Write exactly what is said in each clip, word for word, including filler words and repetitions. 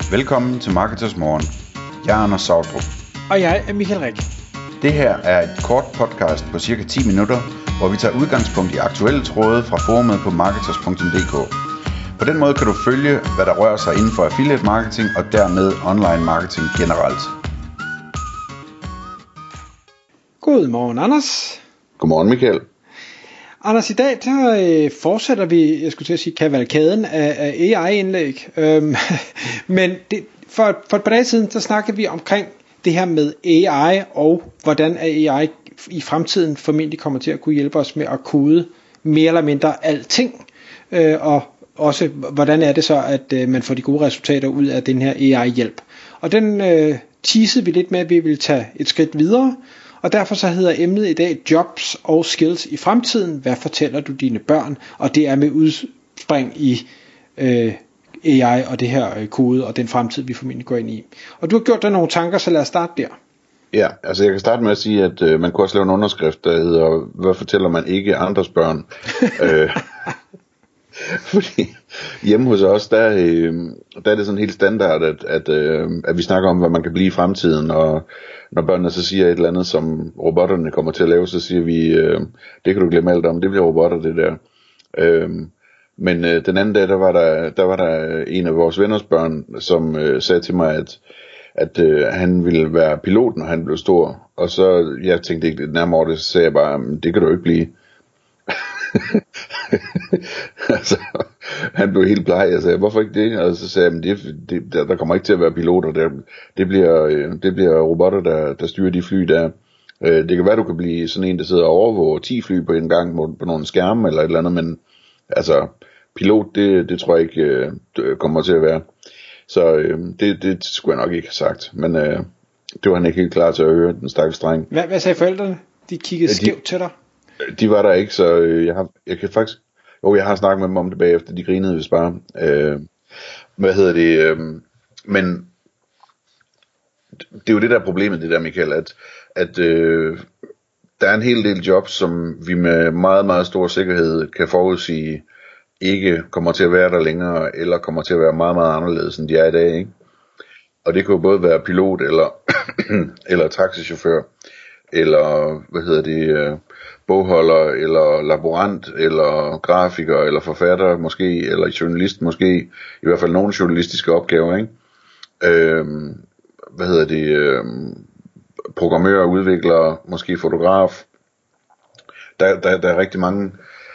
Velkommen til Marketers Morgen. Jeg er Anders Sautrup. Og jeg er Michael Rik. Det her er et kort podcast på cirka ti minutter, hvor vi tager udgangspunkt i aktuelle tråde fra forumet på marketers punktum d k. På den måde kan du følge, hvad der rører sig inden for affiliate marketing og dermed online marketing generelt. Godmorgen, Anders. Godmorgen, Michael. Anders, i dag der øh, fortsætter vi, jeg skulle til at sige, kavalkaden af, af A I-indlæg. Øhm, men det, for, for et par dage siden, der snakkede vi omkring det her med A I, og hvordan A I i fremtiden formentlig kommer til at kunne hjælpe os med at kode mere eller mindre alting. Øh, og også, hvordan er det så, at øh, man får de gode resultater ud af den her A I-hjælp. Og den øh, teasede vi lidt med, at vi vil tage et skridt videre. Og derfor så hedder emnet i dag Jobs og Skills i fremtiden. Hvad fortæller du dine børn? Og det er med udspring i øh, A I og det her øh, kode og den fremtid, vi formentlig går ind i. Og du har gjort dig nogle tanker, så lad os starte der. Ja, altså jeg kan starte med at sige, at øh, man kunne også lave en underskrift, der hedder, hvad fortæller man ikke andres børn? øh, fordi hjemme hos os, der, øh, der er det sådan helt standard, at, at, øh, at vi snakker om, hvad man kan blive i fremtiden, og når børnene så siger et eller andet, som robotterne kommer til at lave, så siger vi, øh, det kan du glemme alt om, det bliver robotter det der. Øh, men øh, den anden dag, der var der, der var der en af vores venners børn, som øh, sagde til mig, at at øh, han ville være pilot, når han blev stor. Og så, jeg tænkte ikke nærmere over det, så sagde jeg bare, det kan du ikke blive. altså, han blev helt bleg, jeg sagde, hvorfor ikke det? Og så sagde jeg, det, det, der, der kommer ikke til at være piloter, der, det, bliver, øh, det bliver robotter, der, der styrer de fly der. Øh, det kan være, du kan blive sådan en, der sidder og overvåger ti fly på en gang på, på nogle skærme eller et eller andet, men altså, pilot, det, det tror jeg ikke øh, det kommer til at være. Så øh, det, det skulle jeg nok ikke have sagt, men øh, det var han ikke helt klar til at høre, den stakkels dreng. Hvad, hvad sagde forældrene? De kiggede skævt de, til dig? De var der ikke, så øh, jeg har, jeg kan faktisk, jo jeg har snakket med dem om det bagefter, de grinede vist bare. Øh, hvad hedder det, øh, men det er jo det der problemet, det der Michael, at, at øh, der er en hel del jobs, som vi med meget, meget stor sikkerhed kan forudsige, ikke kommer til at være der længere, eller kommer til at være meget, meget anderledes, end de er i dag, ikke? Og det kan jo både være pilot, eller, eller taxichauffør, eller, hvad hedder det, bogholder, eller laborant, eller grafiker, eller forfatter måske, eller journalist måske, i hvert fald nogle journalistiske opgaver, ikke? Øhm, hvad hedder det, øhm, programmør, udvikler, måske fotograf. Der, der, der er rigtig mange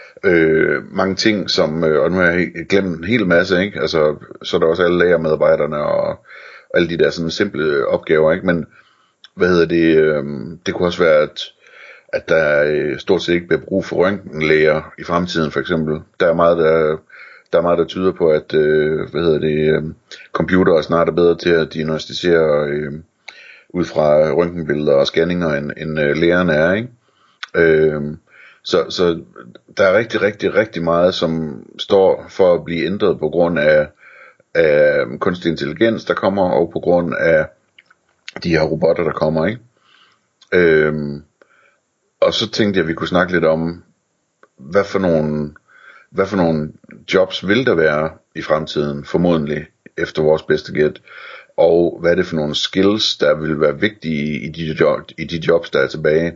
Øh, mange ting, som, øh, og nu har jeg glemt en hel masse, ikke? Altså, så er der også alle lagermedarbejderne og, og alle de der sådan simple opgaver, ikke? Men, hvad hedder det, øh, det kunne også være, at, at der øh, stort set ikke bliver brug for røntgenlæger i fremtiden, for eksempel. Der er meget, der, der, er meget, der tyder på, at, øh, hvad hedder det, øh, computere snart er bedre til at diagnostisere øh, ud fra røntgenbilleder og scanninger, end, end øh, lægerne er, ikke? Øh, Så, så der er rigtig, rigtig, rigtig meget, som står for at blive ændret på grund af, af kunstig intelligens, der kommer, og på grund af de her robotter, der kommer, ikke? Øhm, og så tænkte jeg, at vi kunne snakke lidt om, hvad for nogle, hvad for nogle jobs vil der være i fremtiden, formodentlig, efter vores bedste gæt, og hvad er det for nogle skills, der vil være vigtige i de, job, i de jobs, der er tilbage.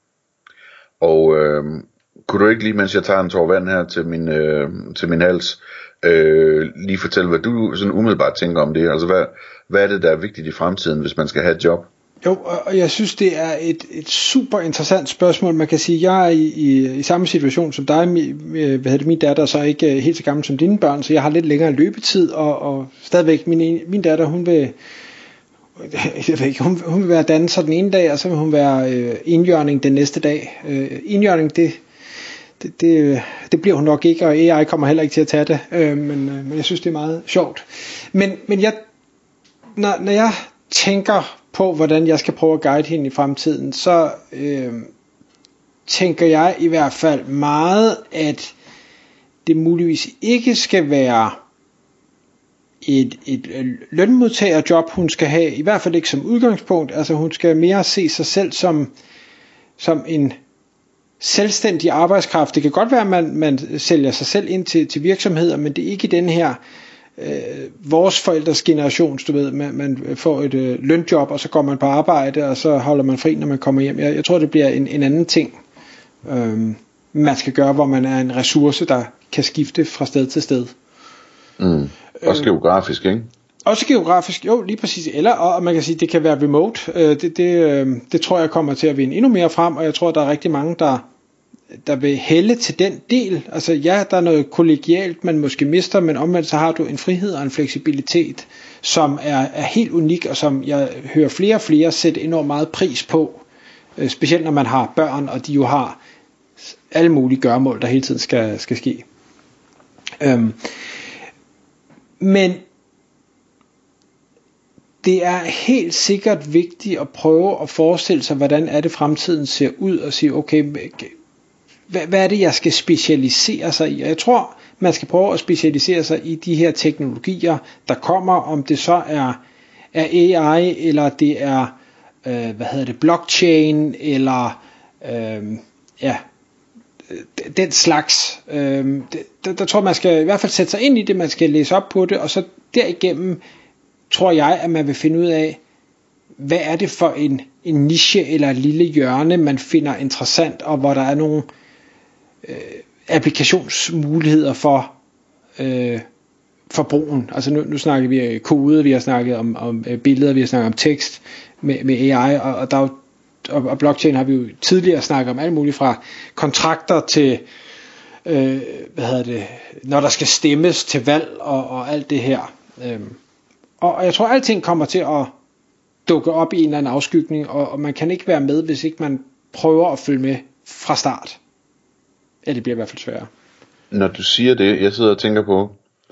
Og øh, kunne du ikke lige, mens jeg tager en tår vand her til min, øh, til min hals, øh, lige fortælle, hvad du sådan umiddelbart tænker om det? Altså, hvad, hvad er det, der er vigtigt i fremtiden, hvis man skal have et job? Jo, og jeg synes, det er et, et super interessant spørgsmål. Man kan sige, at jeg er i, i, i samme situation som dig. Hvad hedder det, min datter er så ikke helt så gammel som dine børn, så jeg har lidt længere løbetid, og, og stadigvæk, min, min datter, hun vil... Jeg ved ikke, hun, hun vil være danser den ene dag, og så vil hun være øh, enhjørning den næste dag. Øh, enhjørning, det, det, det, det bliver hun nok ikke, og A I kommer heller ikke til at tage det, øh, men, øh, men jeg synes, det er meget sjovt. Men, men jeg, når, når jeg tænker på, hvordan jeg skal prøve at guide hende i fremtiden, så øh, tænker jeg i hvert fald meget, at det muligvis ikke skal være et, et lønmodtagerjob, hun skal have, i hvert fald ikke som udgangspunkt. Altså hun skal mere se sig selv som, som en selvstændig arbejdskraft. Det kan godt være, at man, man sælger sig selv ind til, til virksomheder, men det er ikke den her øh, vores forældres generations, du ved, man, man får et øh, lønjob, og så går man på arbejde, og så holder man fri, når man kommer hjem. Jeg, jeg tror, det bliver en, en anden ting, øh, man skal gøre, hvor man er en ressource, der kan skifte fra sted til sted. Mm. Også øh, geografisk, ikke? Også geografisk, jo, lige præcis. Eller, og man kan sige, det kan være remote. Øh, det, det, øh, det tror jeg kommer til at vinde endnu mere frem, og jeg tror, der er rigtig mange, der der vil hælde til den del. Altså ja, der er noget kollegialt, man måske mister, men omvendt så har du en frihed og en fleksibilitet, som er, er helt unik, og som jeg hører flere og flere sætte enormt meget pris på, øh, specielt når man har børn, og de jo har alle mulige gøremål, der hele tiden skal, skal ske. Øhm, men det er helt sikkert vigtigt at prøve at forestille sig, hvordan er det fremtiden ser ud, og sige, okay, hvad, hvad er det, jeg skal specialisere sig i? Og jeg tror, man skal prøve at specialisere sig i de her teknologier, der kommer, om det så er, er A I, eller det er, øh, hvad hedder det, blockchain, eller øh, ja, den slags. Øh, der, der tror man skal i hvert fald sætte sig ind i det, man skal læse op på det, og så derigennem tror jeg, at man vil finde ud af, hvad er det for en, en niche eller et lille hjørne, man finder interessant, og hvor der er nogle øh, applikationsmuligheder for, øh, for brugen. Altså nu, nu snakker vi kode, vi har snakket om, om billeder, vi har snakket om tekst med, med A I, og, og, der er jo, og, og blockchain har vi jo tidligere snakket om alt muligt fra kontrakter til, øh, hvad hedder det, når der skal stemmes til valg og, og alt det her. Øh, Og jeg tror, at alting kommer til at dukke op i en eller anden afskygning, og, og man kan ikke være med, hvis ikke man prøver at følge med fra start. Ja, det bliver i hvert fald sværere. Når du siger det, jeg sidder og tænker på,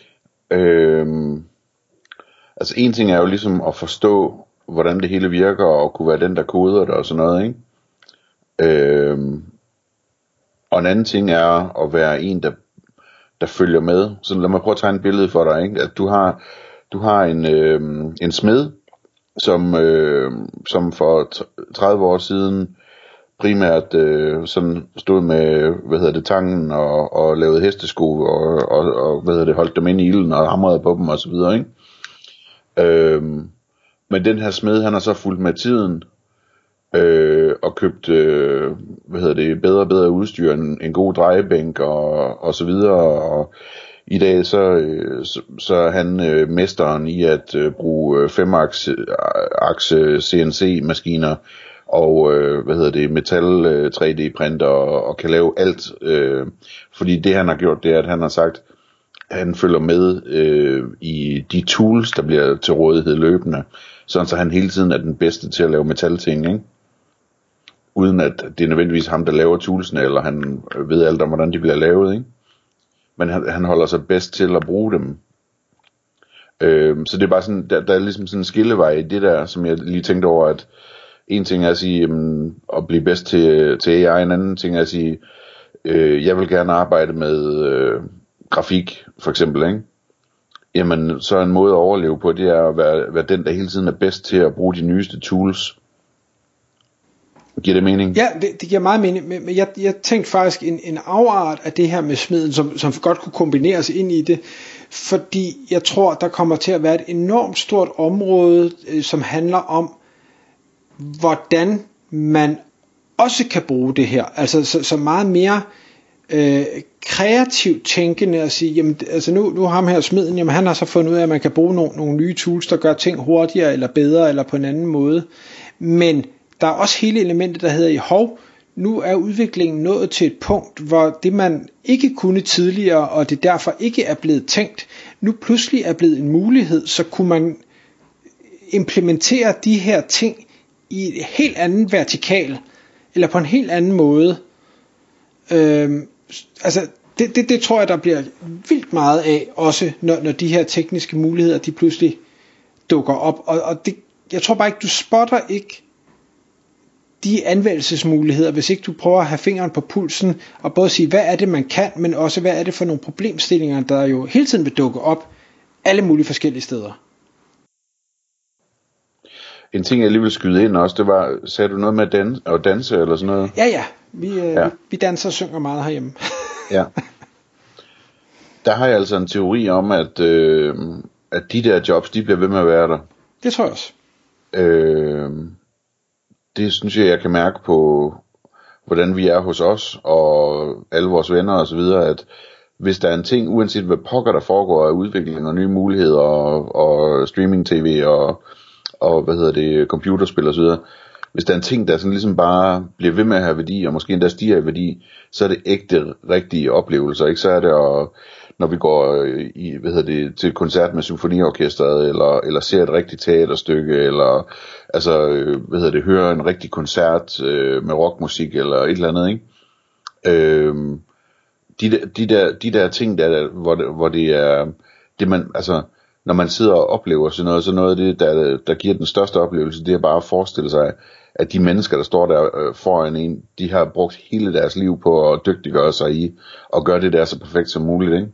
øhm, altså en ting er jo ligesom at forstå, hvordan det hele virker, og kunne være den, der koder det og sådan noget, ikke? Øhm, og en anden ting er at være en, der, der følger med. Så lad mig prøve at tegne et billede for dig, ikke? At du har... Du har en, øh, en smed, som, øh, som for tredive år siden primært øh, sådan stod med, hvad hedder det, tangen og, og lavede hestesko og, og, og hvad hedder det, holdt dem ind i ilden og hamrede på dem og så videre, ikke? Øh, men den her smed, han har så fulgt med tiden øh, og købt, øh, hvad hedder det, bedre og bedre udstyr, en, en god drejebænk og, og så videre, og i dag så, så, så er han øh, mesteren i at øh, bruge fem-akse C N C maskiner og øh, hvad hedder det, metal øh, tre D printer og, og kan lave alt, øh, fordi det han har gjort, det er at han har sagt, at han følger med øh, i de tools der bliver til rådighed løbende, sådan så han hele tiden er den bedste til at lave metalting, ikke? Uden at det er nødvendigvis ham der laver toolsene, eller han ved alt om hvordan de bliver lavet, ikke? Men han, han holder sig bedst til at bruge dem. Øhm, så det er bare sådan, der, der er ligesom sådan en skillevej i det der, som jeg lige tænkte over, at en ting er at sige, jamen, at blive bedst til, til A I, en anden ting er at sige, øh, jeg vil gerne arbejde med øh, grafik, for eksempel, ikke? Jamen, så en måde at overleve på, det er at være, være den, der hele tiden er bedst til at bruge de nyeste tools. Giver det mening? Ja, det, det giver meget mening, men jeg, jeg tænkte faktisk en, en afart af det her med smeden, som, som godt kunne kombineres ind i det, fordi jeg tror, der kommer til at være et enormt stort område, øh, som handler om, hvordan man også kan bruge det her, altså så, så meget mere øh, kreativt tænkende at sige, jamen altså nu, nu ham her smeden, jamen han har så fundet ud af, at man kan bruge nogle, nogle nye tools, der gør ting hurtigere eller bedre, eller på en anden måde, men der er også hele elementet, der hedder i hov, nu er udviklingen nået til et punkt, hvor det man ikke kunne tidligere, og det derfor ikke er blevet tænkt, nu pludselig er blevet en mulighed, så kunne man implementere de her ting i et helt anden vertikal, eller på en helt anden måde. Øhm, altså det, det, det tror jeg, der bliver vildt meget af, også når, når de her tekniske muligheder, de pludselig dukker op, og, og det, jeg tror bare ikke, du spotter ikke de anvendelsesmuligheder, hvis ikke du prøver at have fingeren på pulsen, og både sige, hvad er det man kan, men også hvad er det for nogle problemstillinger, der jo hele tiden vil dukke op, alle mulige forskellige steder. En ting jeg lige vil skyde ind også, det var, sagde du noget med dans, og danse eller sådan noget? Ja ja, vi, øh, ja. vi, vi danser og synger meget herhjemme. Ja. der har jeg altså en teori om, at, øh, at de der jobs, de bliver ved med at være der. Det tror jeg også. Øh, det synes jeg, jeg kan mærke på, hvordan vi er hos os, og alle vores venner og så videre, at hvis der er en ting, uanset hvad pokker der foregår af udvikling og nye muligheder, og, og streaming-tv, og, og hvad hedder det, computerspil og så videre, hvis der er en ting, der sådan ligesom bare bliver ved med at have værdi, og måske endda stiger i værdi, så er det ægte, rigtige oplevelser, ikke? Så er det, og, når vi går i, hvad hedder det, til koncert med symfoniorkestret, eller, eller ser et rigtigt teaterstykke, eller altså, hvad hedder det, hører en rigtig koncert øh, med rockmusik, eller et eller andet, ikke? Øh, de, der, de, der, de der ting, der, hvor, det, hvor det er, det man, altså, når man sidder og oplever sådan noget, så noget af det, der, der giver den største oplevelse, det er bare at forestille sig, at de mennesker, der står der foran en, de har brugt hele deres liv på at dygtiggøre sig i, og gøre det der så perfekt som muligt, ikke?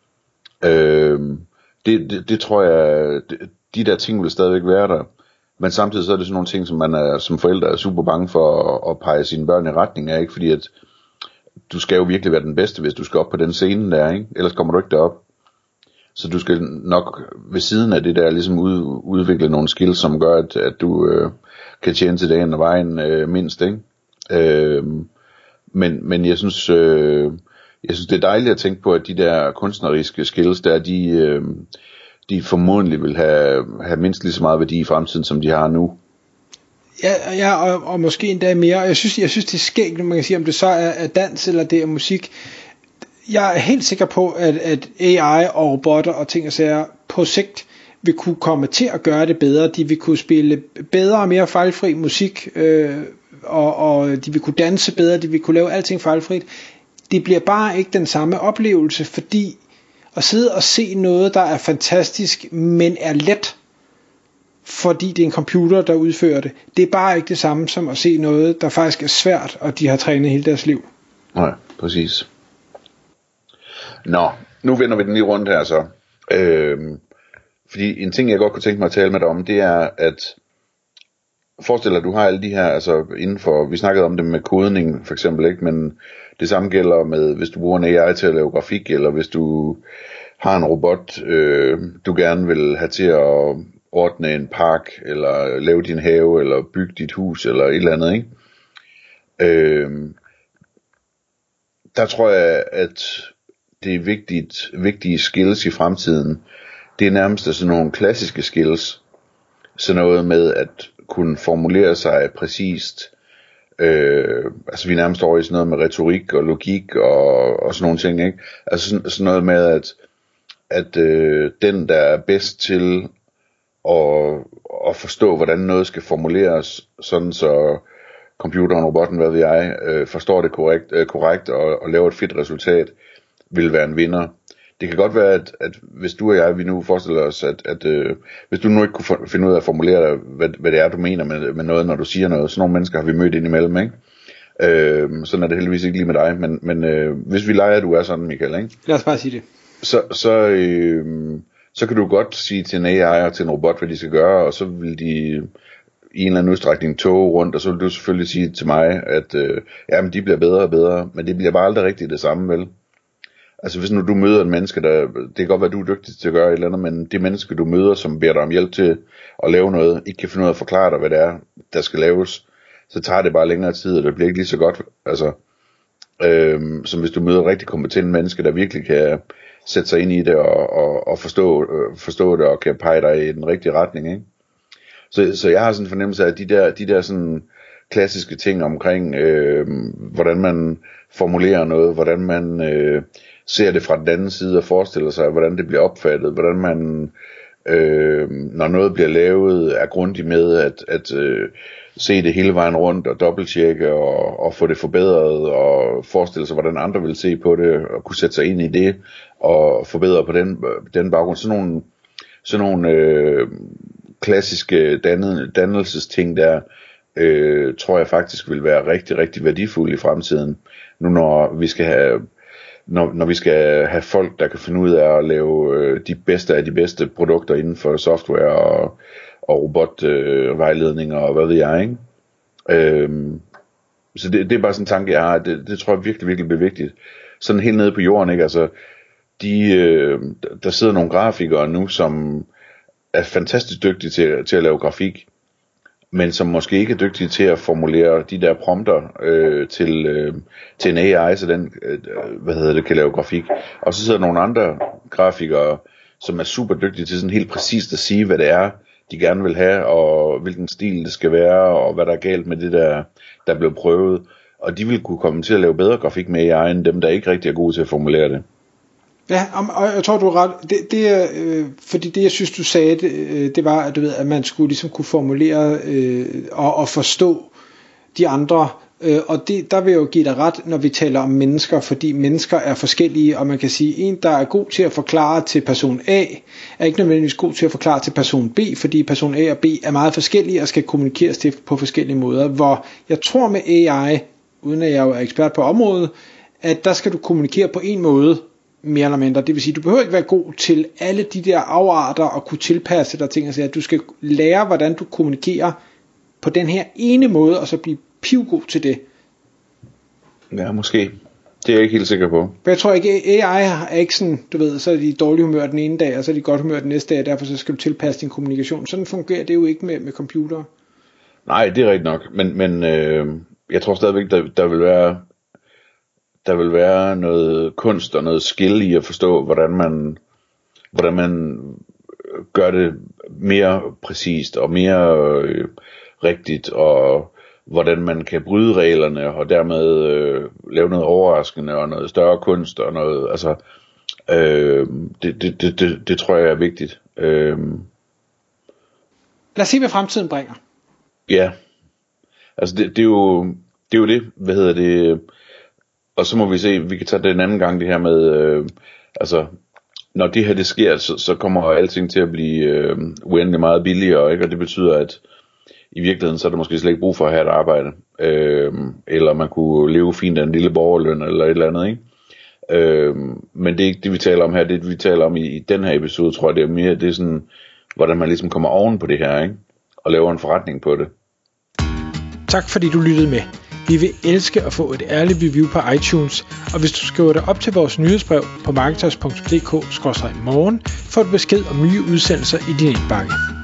Øh, det, det, det tror jeg, de der ting vil stadigvæk være der, men samtidig så er det sådan nogle ting, som man er, som forældre er super bange for at, at pege sine børn i retning af, ikke? Fordi at du skal jo virkelig være den bedste, hvis du skal op på den scene der, ikke? Ellers kommer du ikke derop. Så du skal nok ved siden af det der ligesom ud, udvikle nogle skills, som gør, at, at du øh, kan tjene til dagen og vejen øh, mindst, ikke? Øh, men, men jeg synes, øh, jeg synes, det er dejligt at tænke på, at de der kunstneriske skills der, de, øh, de formodentlig vil have, have mindst lige så meget værdi i fremtiden, som de har nu. Ja, ja og, og måske endda mere. Jeg synes, jeg synes det er skægt, når man kan sige, om det så er, er dans eller det er musik. Jeg er helt sikker på, at, at A I og robotter og ting og sager på sigt vil kunne komme til at gøre det bedre. De vil kunne spille bedre og mere fejlfri musik, øh, og, og de vil kunne danse bedre, de vil kunne lave alting fejlfrit. Det bliver bare ikke den samme oplevelse, fordi at sidde og se noget, der er fantastisk, men er let, fordi det er en computer, der udfører det, det er bare ikke det samme som at se noget, der faktisk er svært, og de har trænet hele deres liv. Nej, præcis. Nå, nu vender vi den lige rundt her så. Øhm, fordi en ting, jeg godt kunne tænke mig at tale med dig om, det er, at forestil dig, at du har alle de her, altså inden for, vi snakkede om det med kodning for eksempel, ikke? Men det samme gælder med, hvis du bruger en A I til at lave grafik, eller hvis du har en robot, øh, du gerne vil have til at ordne en park, eller lave din have, eller bygge dit hus, eller et eller andet, ikke? Øh, der tror jeg, at det er vigtigt, vigtige skills i fremtiden. Det er nærmest sådan nogle klassiske skills. Sådan noget med at kunne formulere sig præcist. Øh, altså vi er nærmest over i sådan noget med retorik og logik og, og sådan nogle ting, ikke? Altså sådan, sådan noget med at, at øh, den der er bedst til at, at forstå hvordan noget skal formuleres, sådan så computeren, robotten, hvad ved jeg, øh, forstår det korrekt, øh, korrekt og, og laver et fedt resultat, vil være en vinder. Det kan godt være, at, at hvis du og jeg, vi nu forestiller os, at, at øh, hvis du nu ikke kunne finde ud af at formulere, hvad, hvad det er, du mener med, med noget, når du siger noget, sådan nogle mennesker har vi mødt indimellem, ikke? Øh, sådan er det heldigvis ikke lige med dig, men, men øh, hvis vi leger, at du er sådan, Michael, ikke? Lad os bare sige det. Så, så, øh, så kan du godt sige til en A I og til en robot, hvad de skal gøre, og så vil de i en eller anden udstrækning tåge rundt, og så vil du selvfølgelig sige til mig, at øh, jamen, de bliver bedre og bedre, men det bliver bare aldrig rigtigt det samme, vel? Altså hvis nu du møder en menneske, der, det kan godt være, du er dygtig til at gøre et eller andet, men det menneske, du møder, som beder dig om hjælp til at lave noget, ikke kan finde ud af at forklare dig, hvad det er, der skal laves, så tager det bare længere tid, og det bliver ikke lige så godt, altså, øhm, som hvis du møder et rigtig kompetent menneske, der virkelig kan sætte sig ind i det, og, og, og forstå, øh, forstå det, og kan pege dig i den rigtige retning, ikke? Så, så jeg har sådan en fornemmelse af, at de der, de der sådan klassiske ting omkring, øh, hvordan man formulerer noget, hvordan man øh, ser det fra den anden side og forestiller sig, hvordan det bliver opfattet, hvordan man, øh, når noget bliver lavet, er grundig med at, at øh, se det hele vejen rundt og dobbelttjekke og, og få det forbedret og forestille sig, hvordan andre vil se på det og kunne sætte sig ind i det og forbedre på den, den baggrund. Sådan nogle, sådan nogle øh, klassiske dannet, dannelsesting der, øh, tror jeg faktisk vil være rigtig, rigtig værdifulde i fremtiden. Nu når vi skal have Når, når vi skal have folk, der kan finde ud af at lave øh, de bedste af de bedste produkter inden for software og, og robotvejledninger øh, og hvad ved jeg, ikke? Øhm, så det, det er bare sådan en tanke, jeg har. Det, det tror jeg virkelig, virkelig bliver vigtigt. Sådan helt nede på jorden, ikke? Altså, de, øh, der sidder nogle grafikere nu, som er fantastisk dygtige til, til at lave grafik, men som måske ikke er dygtige til at formulere de der prompter øh, til, øh, til en A I, så den øh, hvad hedder det, kan lave grafik. Og så sidder nogle andre grafikere, som er super dygtige til sådan helt præcist at sige, hvad det er, de gerne vil have, og hvilken stil det skal være, og hvad der er galt med det, der, der blev prøvet. Og de vil kunne komme til at lave bedre grafik med A I, end dem, der ikke rigtig er gode til at formulere det. Ja, og jeg tror, du er ret. Det, det er, øh, fordi det, jeg synes, du sagde, det, det var, at, du ved, at man skulle ligesom kunne formulere øh, og, og forstå de andre. Øh, og det, der vil jeg jo give dig ret, når vi taler om mennesker, fordi mennesker er forskellige, og man kan sige, en, der er god til at forklare til person A, er ikke nødvendigvis god til at forklare til person B, fordi person A og B er meget forskellige og skal kommunikeres til på forskellige måder. Hvor jeg tror med A I, uden at jeg jo er ekspert på området, at der skal du kommunikere på en måde, mere eller mindre. Det vil sige, du behøver ikke være god til alle de der afarter og kunne tilpasse dig ting og sige, at du skal lære, hvordan du kommunikerer på den her ene måde, og så blive pivgod til det. Ja, måske. Det er jeg ikke helt sikker på. For jeg tror ikke, A I er ikke sådan, du ved, så er de i dårlig humør den ene dag, og så er de godt humør den næste dag, og derfor så skal du tilpasse din kommunikation. Sådan fungerer det jo ikke med, med computere. Nej, det er rigtigt nok, men, men øh, jeg tror stadigvæk, der, der vil være der vil være noget kunst og noget skill i at forstå, hvordan man, hvordan man gør det mere præcist og mere øh, rigtigt, og hvordan man kan bryde reglerne og dermed øh, lave noget overraskende og noget større kunst og noget, altså øh, det, det, det, det, det tror jeg er vigtigt. Øh. Lad os se, hvad fremtiden bringer. Ja, altså det, det er jo det er jo det, hvad hedder det. Og så må vi se, vi kan tage det en anden gang, det her med, øh, altså, når det her det sker, så, så kommer alting til at blive øh, uendelig meget billigere, ikke? Og det betyder, at i virkeligheden, så er der måske slet ikke brug for at have et arbejde, øh, eller man kunne leve fint af en lille borgerløn, eller et eller andet, ikke? Øh, men det er ikke det, vi taler om her. Det, vi taler om i, i den her episode, tror jeg, det er mere, det er sådan, hvordan man ligesom kommer oven på det her, ikke? Og laver en forretning på det. Tak fordi du lyttede med. Vi vil elske at få et ærligt review på iTunes, og hvis du skriver dig op til vores nyhedsbrev på marketers punktum d k skråstreg morgen, får du besked om nye udsendelser i din indbakke.